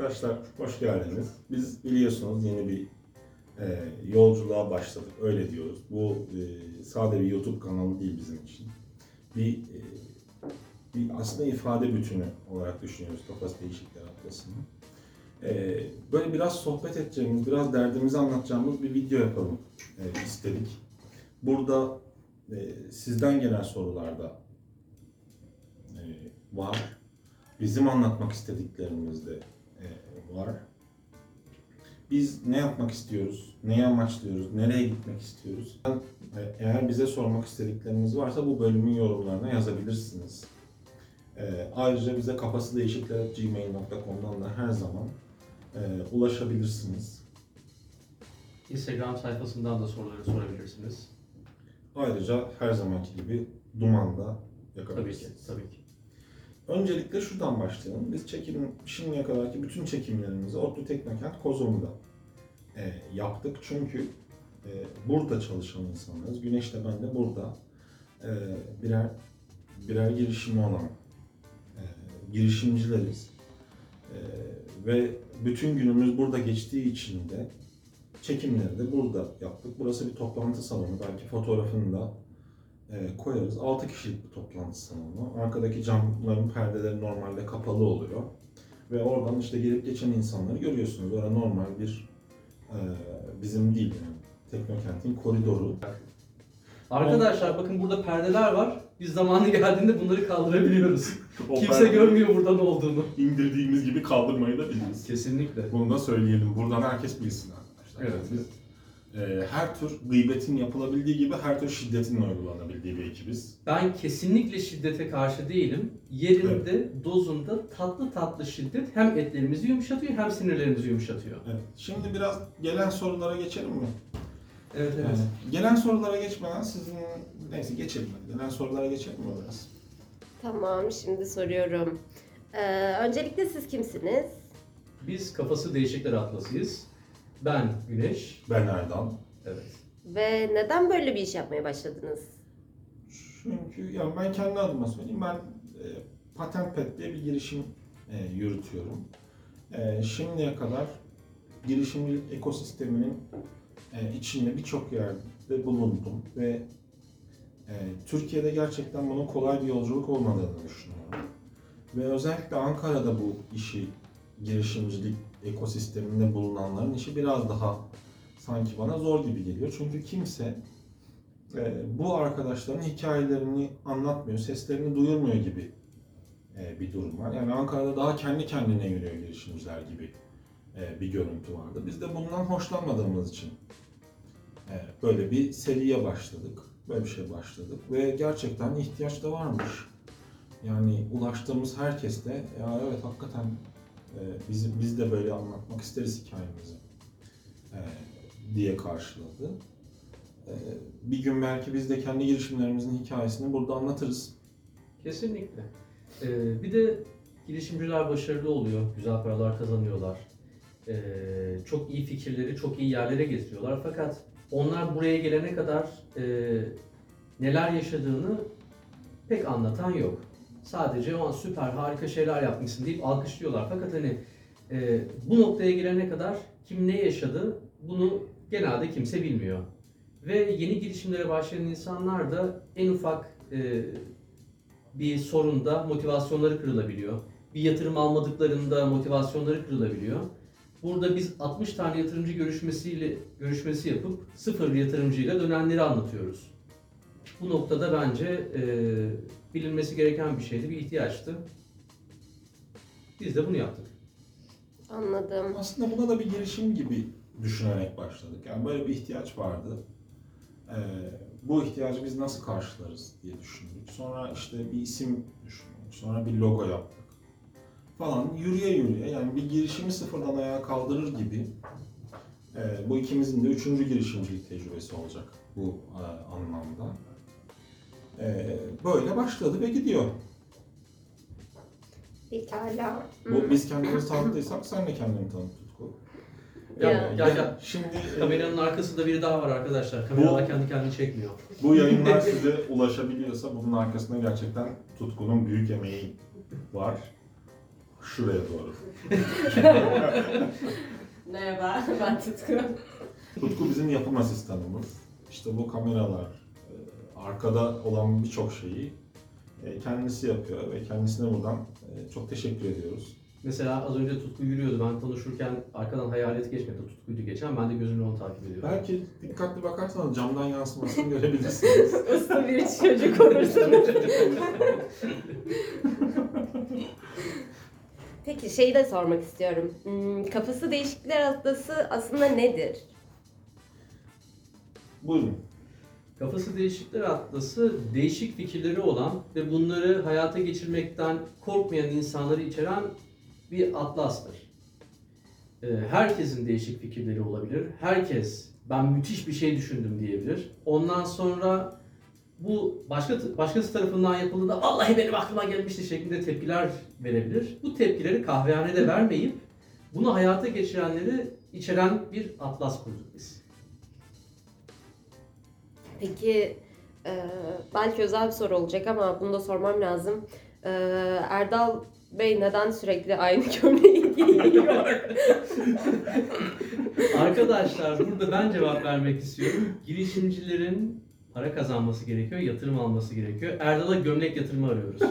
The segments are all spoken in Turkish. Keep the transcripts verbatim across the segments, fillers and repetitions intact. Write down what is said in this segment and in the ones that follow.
Arkadaşlar hoş geldiniz. Biz biliyorsunuz yeni bir e, yolculuğa başladık. Öyle diyoruz. Bu e, sadece bir YouTube kanalı değil bizim için. Bir, e, bir aslında ifade bütünü olarak düşünüyoruz Kafası Değişikler Atlası'nı. E, böyle biraz sohbet edeceğimiz, biraz derdimizi anlatacağımız bir video yapalım e, istedik. Burada e, sizden gelen sorular da e, var. Bizim anlatmak istediklerimiz de e, var. Biz ne yapmak istiyoruz, neyi amaçlıyoruz, nereye gitmek istiyoruz? E, Eğer bize sormak istedikleriniz varsa bu bölümün yorumlarına yazabilirsiniz. E, ayrıca bize kafasıdeğişikler at gmail nokta com'dan da her zaman e, ulaşabilirsiniz. Instagram sayfasından da soruları sorabilirsiniz. Ayrıca her zamanki gibi dumanda Tabii ki, yakabilirsiniz. tabii ki. Öncelikle şuradan başlayalım. Biz çekim, şimdiye kadarki bütün çekimlerimizi ODTÜ Teknokent Kozum'da e, yaptık. Çünkü e, burada çalışan insanlarız. Güneş de ben de burada e, birer birer girişimi olan e, girişimcileriz. E, ve bütün günümüz burada geçtiği için de çekimleri de burada yaptık. Burası bir toplantı salonu. Belki fotoğrafını da e, koyarız. altı kişilik bir toplantı salonu. Arkadaki camların perdeleri normalde kapalı oluyor. Ve oradan işte gelip geçen insanları görüyorsunuz. Orada normal bir e, bizim değil yani Teknokent'in koridoru. Arkadaşlar bakın burada perdeler var. Biz zamanı geldiğinde bunları kaldırabiliyoruz. O Kimse perde- görmüyor burada ne olduğunu. İndirdiğimiz gibi kaldırmayı da biliriz. Kesinlikle. Bunu da söyleyelim. Buradan herkes bilsin arkadaşlar. Evet. Biz e, her tür gıybetin yapılabildiği gibi her tür şiddetin uygulanabildiği bir ekibiz. Ben kesinlikle şiddete karşı değilim. Yerinde, dozunda tatlı tatlı şiddet hem etlerimizi yumuşatıyor hem sinirlerimizi yumuşatıyor. Evet. Şimdi biraz gelen sorulara geçelim mi? Evet evet. Yani gelen sorulara geçmeden sizin neyse geçelim hadi. Gelen sorulara geçelim mi biraz? Tamam, şimdi soruyorum. Ee, öncelikle siz kimsiniz? Biz Kafası Değişikler Atlası'yız. Ben Güneş. Ben Erdal. Evet. Ve neden böyle bir iş yapmaya başladınız? Çünkü yani ben kendi adıma söyleyeyim. Ben e, Patent Pet diye bir girişim e, yürütüyorum. E, şimdiye kadar girişimcilik ekosisteminin e, içinde birçok yerde bulundum ve e, Türkiye'de gerçekten bunun kolay bir yolculuk olmadığını düşünüyorum. Ve özellikle Ankara'da bu işi girişimcilik ekosisteminde bulunanların işi biraz daha sanki bana zor gibi geliyor. Çünkü kimse e, bu arkadaşların hikayelerini anlatmıyor, seslerini duyurmuyor gibi e, bir durum var. Yani Ankara'da daha kendi kendine yürüyor girişimciler gibi e, bir görüntü vardı. Biz de bundan hoşlanmadığımız için e, böyle bir seriye başladık. Böyle bir şey başladık ve gerçekten ihtiyaç da varmış. Yani ulaştığımız herkes de ya evet hakikaten e, biz, biz de böyle anlatmak isteriz hikayemizi e, diye karşıladı. E, bir gün belki biz de kendi girişimlerimizin hikayesini burada anlatırız. Kesinlikle. Ee, bir de girişimciler başarılı oluyor, güzel paralar kazanıyorlar. Ee, çok iyi fikirleri çok iyi yerlere getiriyorlar. Fakat onlar buraya gelene kadar e, neler yaşadığını pek anlatan yok. Sadece o an süper harika şeyler yapmışsın deyip alkışlıyorlar. Fakat hani e, bu noktaya gelene kadar kim ne yaşadı bunu genelde kimse bilmiyor. Ve yeni girişimlere başlayan insanlar da en ufak e, bir sorunda motivasyonları kırılabiliyor. Bir yatırım almadıklarında motivasyonları kırılabiliyor. Burada biz altmış tane yatırımcı görüşmesiyle görüşmesi yapıp sıfır yatırımcıyla dönenleri anlatıyoruz. Bu noktada bence e, bilinmesi gereken bir şeydi, bir ihtiyaçtı. Biz de bunu yaptık. Anladım. Aslında buna da bir girişim gibi düşünerek başladık. Yani böyle bir ihtiyaç vardı. Ee, bu ihtiyacı biz nasıl karşılarız diye düşündük. Sonra işte bir isim düşündük. Sonra bir logo yaptık. Falan yürüye yürüye yani bir girişimi sıfırdan ayağa kaldırır gibi e, bu ikimizin de üçüncü girişimcilik tecrübesi olacak bu e, anlamda. E, böyle başladı ve gidiyor. Pekala. Bu, biz kendimizi tanıttıysak sen de kendini tanıt Tutku. Ya, Ya. ya, ya. Şimdi e, Kameranın arkasında biri daha var arkadaşlar. Kameralar Bu- kendi kendini çekmiyor. bu yayınlar size ulaşabiliyorsa bunun arkasında gerçekten Tutku'nun büyük emeği var. Şuraya doğru. Merhaba, ben Tutku. Tutku bizim yapım asistanımız. İşte bu kameralar, e, arkada olan birçok şeyi e, kendisi yapıyor ve kendisine buradan e, çok teşekkür ediyoruz. Mesela az önce Tutku yürüyordu. Ben tanışırken arkadan hayalet geçmedi. Tutkuydu geçen. Ben de gözümle onu takip ediyorum. Belki dikkatli bakarsanız camdan yansımasını görebilirsiniz. Uslu bir çocuk olursunuz. Peki şeyi de sormak istiyorum. Hmm, Kafası Değişikler Atlası aslında nedir? Buyurun. Kafası Değişikler Atlası değişik fikirleri olan ve bunları hayata geçirmekten korkmayan insanları içeren bir atlastır. Ee, Herkesin değişik fikirleri olabilir. Herkes ben müthiş bir şey düşündüm diyebilir. Ondan sonra bu başka başkası tarafından yapıldığında vallahi benim aklıma gelmişti şeklinde tepkiler verebilir. Bu tepkileri kahvehanede vermeyip bunu hayata geçirenleri içeren bir atlas kurduk biz. Peki e, belki özel bir soru olacak ama bunu da sormam lazım. E, Erdal Bey neden sürekli aynı gömleği giyiyor? Arkadaşlar burada ben cevap vermek istiyorum. Girişimcilerin para kazanması gerekiyor, yatırım alması gerekiyor. Erdal'a gömlek yatırımı arıyoruz.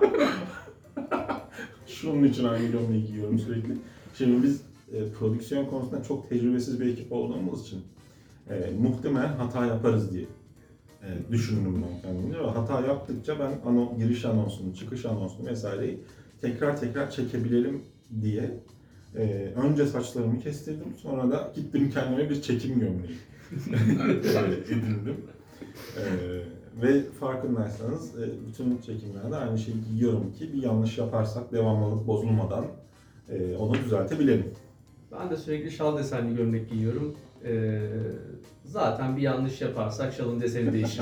Şunun için aynı gömleği giyiyorum sürekli. Şimdi biz e, prodüksiyon konusunda çok tecrübesiz bir ekip olduğumuz için e, muhtemelen hata yaparız diye e, düşündüm ben kendimce. Ve hata yaptıkça ben ano, giriş anonsunu, çıkış anonsunu vesaireyi tekrar tekrar çekebilelim diye e, önce saçlarımı kestirdim. Sonra da gittim kendime bir çekim gömleği e, edindim. E, Ve farkındaysanız e, bütün çekimlerde aynı şeyi giyiyorum ki bir yanlış yaparsak devamlılık bozulmadan e, onu düzeltebilelim. Ben de sürekli şal desenli gömlek giyiyorum. Ee, zaten bir yanlış yaparsak şalın deseni değişir.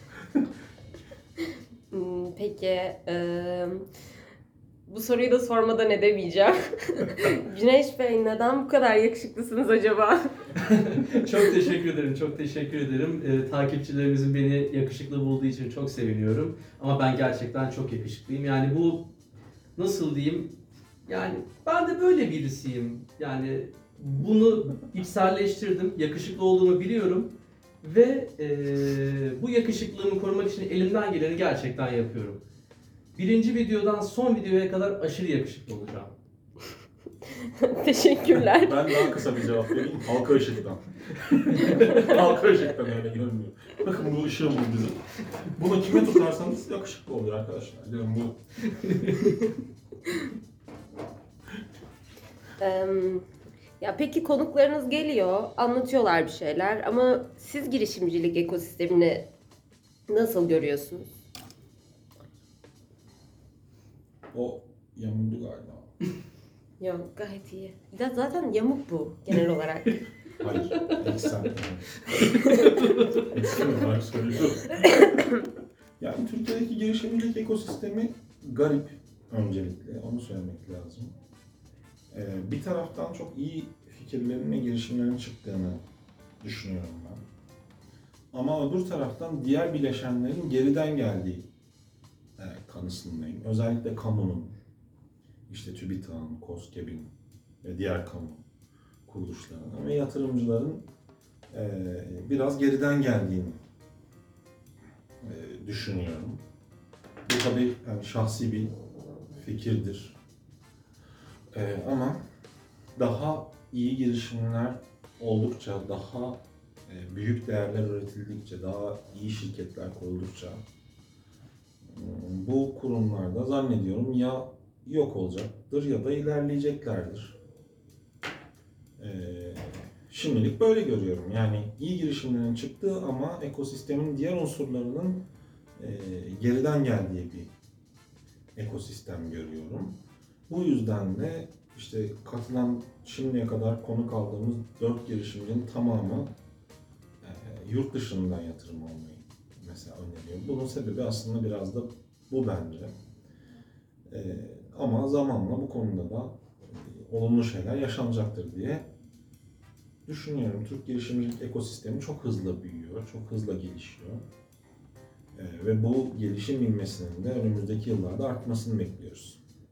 Hmm, Peki e, bu soruyu da sormadan edemeyeceğim. Güneş Bey neden bu kadar yakışıklısınız acaba? Çok teşekkür ederim, çok teşekkür ederim. Ee, takipçilerimizin beni yakışıklı bulduğu için çok seviniyorum. Ama ben gerçekten çok yakışıklıyım. Yani bu nasıl diyeyim? Yani ben de böyle birisiyim. Yani bunu içselleştirdim. Yakışıklı olduğumu biliyorum. Ve eee, bu yakışıklılığımı korumak için elimden geleni gerçekten yapıyorum. Birinci videodan son videoya kadar aşırı yakışıklı olacağım. Teşekkürler. Ben daha kısa bir cevap vereyim. Halka ışıktan. Halka ışıktan öyle görünmüyor. Bakın bu ışığımız bizim. Bunu kime tutarsanız yakışıklı oluyor arkadaşlar. Diyorum bu. Em, Ya peki konuklarınız geliyor, anlatıyorlar bir şeyler ama siz girişimcilik ekosistemini nasıl görüyorsunuz? O yamuldu galiba. Yok gayet iyi. Ya zaten yamuk bu genel olarak. Hayır. Eksen. Eksen olarak söylüyorum. Yani Türkiye'deki girişimcilik ekosistemi garip öncelikle. Onu söylemek lazım. Ee, bir taraftan çok iyi fikirlerin ve girişimlerin çıktığını düşünüyorum ben. Ama öbür taraftan diğer bileşenlerin geriden geldiği e, kanısındayım. Özellikle kamunun, işte TÜBİTAK'ın, KOSGEB'in ve diğer kamu kuruluşlarının ve yatırımcıların e, biraz geriden geldiğini e, düşünüyorum. Bu tabii yani şahsi bir fikirdir. E, ama daha iyi girişimler oldukça, daha e, büyük değerler üretildikçe, daha iyi şirketler kuruldukça e, bu kurumlarda zannediyorum ya yok olacaktır ya da ilerleyeceklerdir. E, şimdilik böyle görüyorum. Yani iyi girişimlerin çıktığı ama ekosistemin diğer unsurlarının e, geriden geldiği bir ekosistem görüyorum. Bu yüzden de işte katılan şimdiye kadar konuk aldığımız dört girişimcinin tamamı e, yurt dışından yatırım almayı mesela öneriyor. Bunun sebebi aslında biraz da bu bence. E, ama zamanla bu konuda da e, olumlu şeyler yaşanacaktır diye düşünüyorum. Türk girişimcilik ekosistemi çok hızlı büyüyor, çok hızlı gelişiyor. E, ve bu gelişim ivmesinin de önümüzdeki yıllarda artmasını bekliyoruz.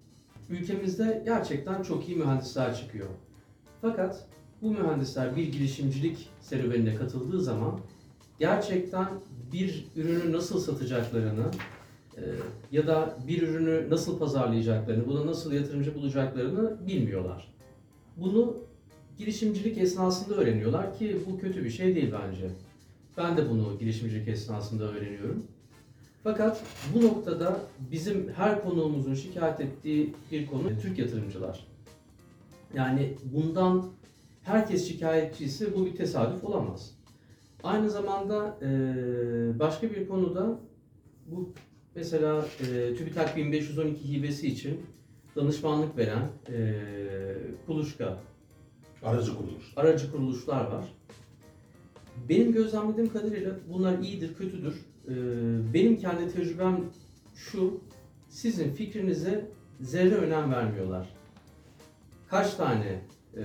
ülkemizde gerçekten çok iyi mühendisler çıkıyor. Fakat bu mühendisler bir girişimcilik serüvenine katıldığı zaman gerçekten bir ürünü nasıl satacaklarını e, ya da bir ürünü nasıl pazarlayacaklarını, buna nasıl yatırımcı bulacaklarını bilmiyorlar. Bunu girişimcilik esnasında öğreniyorlar ki bu kötü bir şey değil bence. Ben de bunu girişimcilik esnasında öğreniyorum. Fakat bu noktada bizim her konuğumuzun şikayet ettiği bir konu Türk yatırımcılar. Yani bundan herkes şikayetçi ise bu bir tesadüf olamaz. Aynı zamanda e, başka bir konuda bu mesela e, TÜBİTAK bin beş yüz on iki hibesi için danışmanlık veren e, kuluçka, Aracı kuruluş. aracı kuruluşlar var. Benim gözlemlediğim kadarıyla bunlar iyidir, kötüdür. E, benim kendi tecrübem şu, sizin fikrinize zerre önem vermiyorlar. Kaç tane e,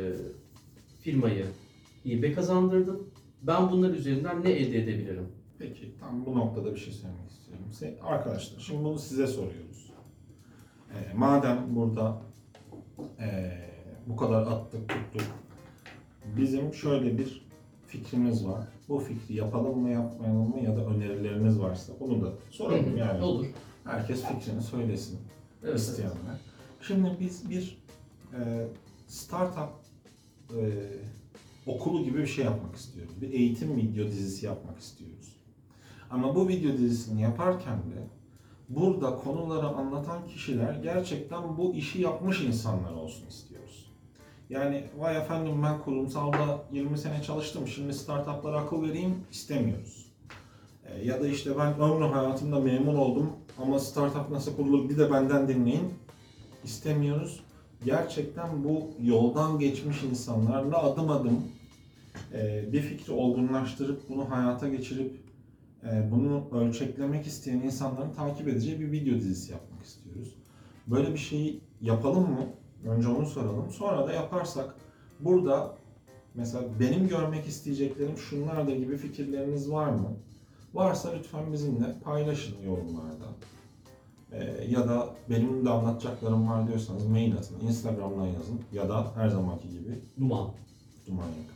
firmayı hibe kazandırdım? Ben bunlar üzerinden ne elde edebilirim? Peki, tam bu noktada bir şey söylemek istiyorum. Se- Arkadaşlar, şimdi bunu size soruyoruz. Ee, madem burada ee, bu kadar attık, tuttuk, bizim şöyle bir fikrimiz var. Bu fikri yapalım mı, yapmayalım mı ya da önerileriniz varsa bunu da soralım yani. Olur. Herkes fikrini söylesin Evet, isteyenler. Şimdi biz bir e, startup e, okulu gibi bir şey yapmak istiyoruz. Bir eğitim video dizisi yapmak istiyoruz. Ama bu video dizisini yaparken de burada konuları anlatan kişiler gerçekten bu işi yapmış insanlar olsun istiyoruz. Yani vay efendim ben kurumsalda yirmi sene çalıştım, şimdi startuplara akıl vereyim istemiyoruz. E, ya da işte ben ömrü hayatımda memur oldum ama startup nasıl kurulur bir de benden dinleyin istemiyoruz. Gerçekten bu yoldan geçmiş insanlarla adım adım e, bir fikri olgunlaştırıp bunu hayata geçirip e, bunu ölçeklemek isteyen insanların takip edeceği bir video dizisi yapmak istiyoruz. Böyle bir şeyi yapalım mı? Önce onu soralım. Sonra da yaparsak burada mesela benim görmek isteyeceklerim şunlardır gibi fikirleriniz var mı? Varsa lütfen bizimle paylaşın yorumlarda. Ee, ya da benim de anlatacaklarım var diyorsanız mail atın, Instagram'dan yazın ya da her zamanki gibi Duman. duman yakın.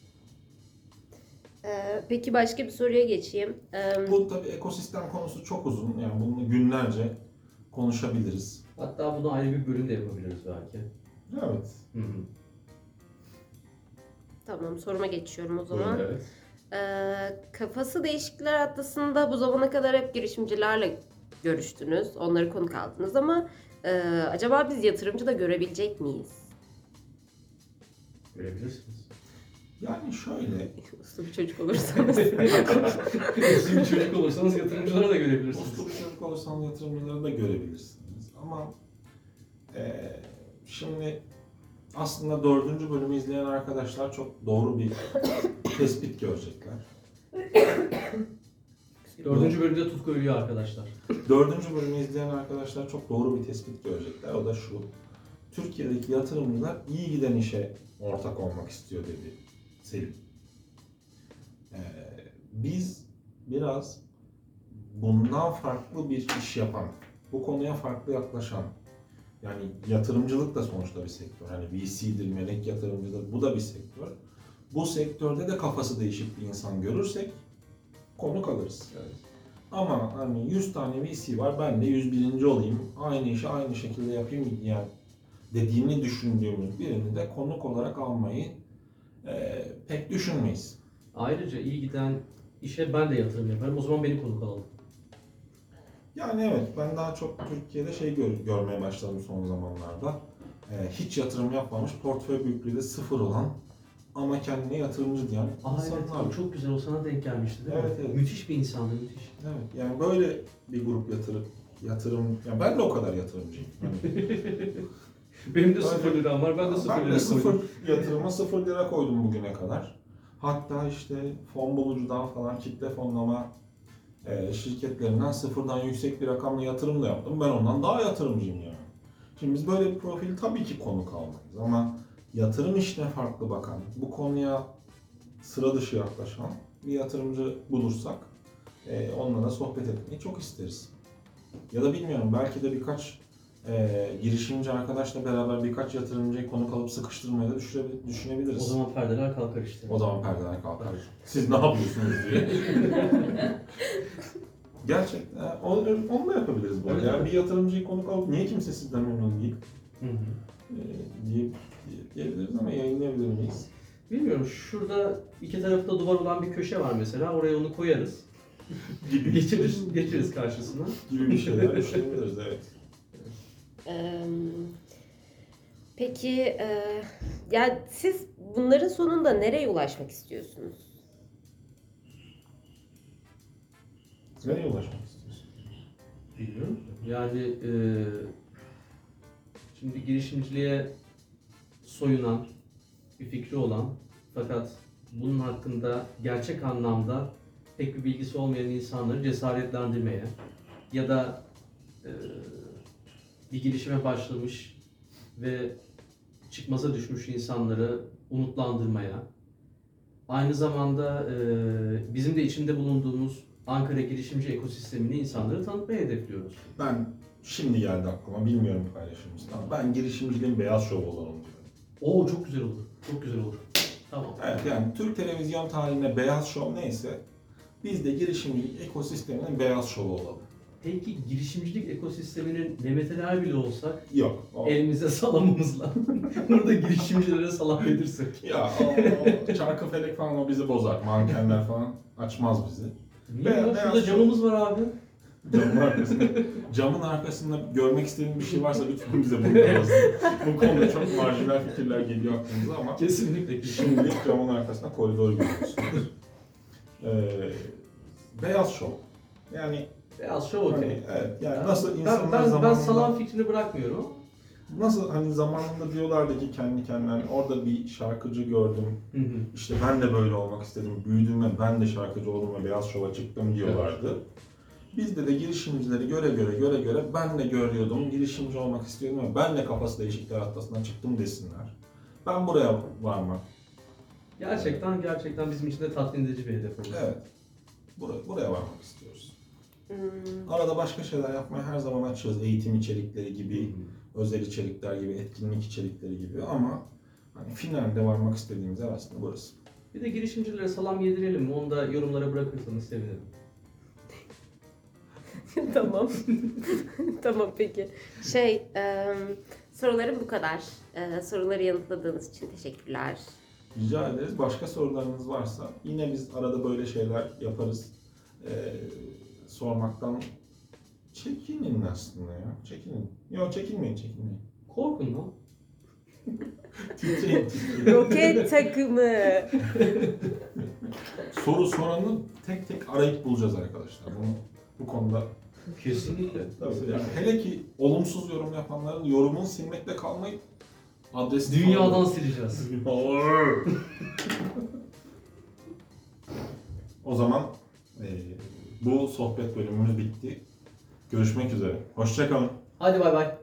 Ee, peki başka bir soruya geçeyim. Ee, Bu tabii ekosistem konusu çok uzun. Yani bunu günlerce konuşabiliriz. Hatta bunu ayrı bir bölüm de yapabiliriz belki. Evet. Hı hı. tamam, soruma geçiyorum o zaman. Evet. Ee, Kafası Değişikler Atlası'nda bu zamana kadar hep girişimcilerle görüştünüz, onları konuk aldınız ama e, acaba biz yatırımcı da görebilecek miyiz? Görebilirsiniz. Yani şöyle, Uslu bir çocuk olursanız. Uslu bir çocuk olursanız yatırımcıları da görebilirsiniz. uslu bir çocuk olursanız yatırımcıları da görebilirsiniz. Ama eee, şimdi aslında dördüncü bölümü izleyen arkadaşlar çok doğru bir tespit görecekler. Dördüncü bölümde Tutku ölüyor arkadaşlar. Dördüncü bölümü izleyen arkadaşlar çok doğru bir tespit görecekler. O da şu. Türkiye'deki yatırımcılar iyi giden işe ortak olmak istiyor dedi Selim. Ee, biz biraz bundan farklı bir iş yapan, bu konuya farklı yaklaşan, yani yatırımcılık da sonuçta bir sektör. Hani V C'dir, melek yatırımcıdır, bu da bir sektör. Bu sektörde de kafası değişik bir insan görürsek konuk alırız. Evet. Ama hani yüz tane V C var, ben de yüz birinci olayım, aynı işi aynı şekilde yapayım diyen dediğini düşündüğümüz birini de konuk olarak almayı e, pek düşünmeyiz. Ayrıca iyi giden işe ben de yatırım yaparım. O zaman beni konuk alalım. Yani evet, ben daha çok Türkiye'de şey gör, görmeye başladım son zamanlarda. E, hiç yatırım yapmamış, portföy büyüklüğü de sıfır olan ama kendine yatırımcı diyen Aa evet, insanlar. o çok güzel. O sana denk gelmişti değil mi? Evet, evet. Müthiş bir insandı, müthiş. Evet, yani böyle bir grup yatırım, yatırım, ya ben de o kadar yatırımcıyım. Yani Benim de sıfır liram var. Ben de sıfır ben lira de sıfır koydum. yatırıma sıfır lira koydum bugüne kadar. Hatta işte fon bulucudan falan kitle fonlama e, şirketlerinden sıfırdan yüksek bir rakamla yatırım da yaptım. Ben ondan daha yatırımcıyım yani. Şimdi biz böyle bir profil tabii ki konuk almayız ama yatırım işine farklı bakan, bu konuya sıra dışı yaklaşan bir yatırımcı bulursak e, onunla da sohbet etmeyi çok isteriz. Ya da bilmiyorum, belki de birkaç e, girişimci arkadaşla beraber birkaç yatırımcıya konuk alıp sıkıştırmayı da düşünebi- O düşünebiliriz. zaman perdeler kalkar işte. O zaman perdeler kalkar. Siz ne yapıyorsunuz diye. Gerçekten onu, onu da yapabiliriz bu arada. Evet, Yani evet. bir yatırımcıyı konuk alıp niye kimse sizden memnun değil Hı hı. e, diye diyebiliriz ama yayınlayabilir miyiz? Bilmiyorum, şurada iki tarafta duvar olan bir köşe var mesela, oraya onu koyarız. Gibi. Geçiririz, geçiririz karşısına. Gibi bir şeyler düşünebiliriz, evet. Ee, peki e, yani siz bunların sonunda nereye ulaşmak istiyorsunuz? Nereye ulaşmak istiyorsun? Bilmiyorum. Yani e, şimdi girişimciliğe soyunan, bir fikri olan fakat bunun hakkında gerçek anlamda pek bir bilgisi olmayan insanları cesaretlendirmeye ya da e, bir girişime başlamış ve çıkmaza düşmüş insanları umutlandırmaya, aynı zamanda e, bizim de içinde bulunduğumuz Ankara girişimci ekosistemini insanları tanıtmaya hedefliyoruz. Ben şimdi geldi aklıma, bilmiyorum paylaşır mısın ama ben girişimciliğin beyaz şovu olalım diyorum. Oo, çok güzel olur. Çok güzel olur. Tamam. Evet, yani Türk televizyon tarihinde beyaz şov neyse biz de girişimcilik ekosisteminin beyaz şovu olalım. Peki girişimcilik ekosisteminin Demeteler bile olsak Yok. O, elimize salamımızla burada girişimcilere salam verirsek. ya o, o çarkı felek falan o bizi bozar. Mankenler falan açmaz bizi. Niye Be- ya? beyaz Şurada şov. camımız var abi. Camın arkasında, camın arkasında görmek istediğin bir şey varsa lütfen bize bunu yazın. Bu konuda çok marjinal fikirler geliyor aklımıza ama Kesinlikle. şimdilik camın arkasında koridor görüyorsunuz. Ee, beyaz şov. Yani Beyaz şov okey. hani, evet, yani Ben- nasıl Ben, insanlar ben, ben zamanında salam fikrini bırakmıyorum. nasıl hani zamanında diyorlardı ki kendi kendilerine orada bir şarkıcı gördüm. Hı hı. İşte ben de böyle olmak istedim. Büyüdüm ve ben de şarkıcı oldum ve beyaz şova çıktım diyorlardı. Bizde de girişimcileri göre göre göre göre ben de görüyordum, girişimci olmak istiyordum ve ben de kafası değişikler atlasına çıktım desinler. Ben buraya varmak. Gerçekten gerçekten bizim için de tatmin edici bir hedef olur. Evet. Buraya, buraya varmak istiyoruz. Hmm, Arada başka şeyler yapmaya her zaman açığız. Eğitim içerikleri Hı gibi, hı. özel içerikler gibi, etkinlik içerikleri gibi ama hani finalde varmak istediğimiz yer aslında burası. Bir de girişimcilere salam yedirelim mi? Onu da yorumlara bırakırsanız sevinirim. tamam. Tamam peki. Şey, e, sorularım bu kadar. E, soruları yanıtladığınız için teşekkürler. Rica ederiz. Başka sorularınız varsa yine biz arada böyle şeyler yaparız. Ee, sormaktan çekinin aslında ya. Çekinin. Yok çekinmeyin, çekinmeyin. Korkun lan. Titreyin, titreyin. Roket takımı. Soru soranı tek tek arayıp bulacağız arkadaşlar. Bunu, bu konuda Kesinlikle. tabii yani hele ki olumsuz yorum yapanların yorumunu silmekle kalmayıp adresini Dünyadan falan- sileceğiz. O zaman e, bu sohbet bölümümüz bitti. Görüşmek üzere. Hoşça kalın. Hadi bay bay.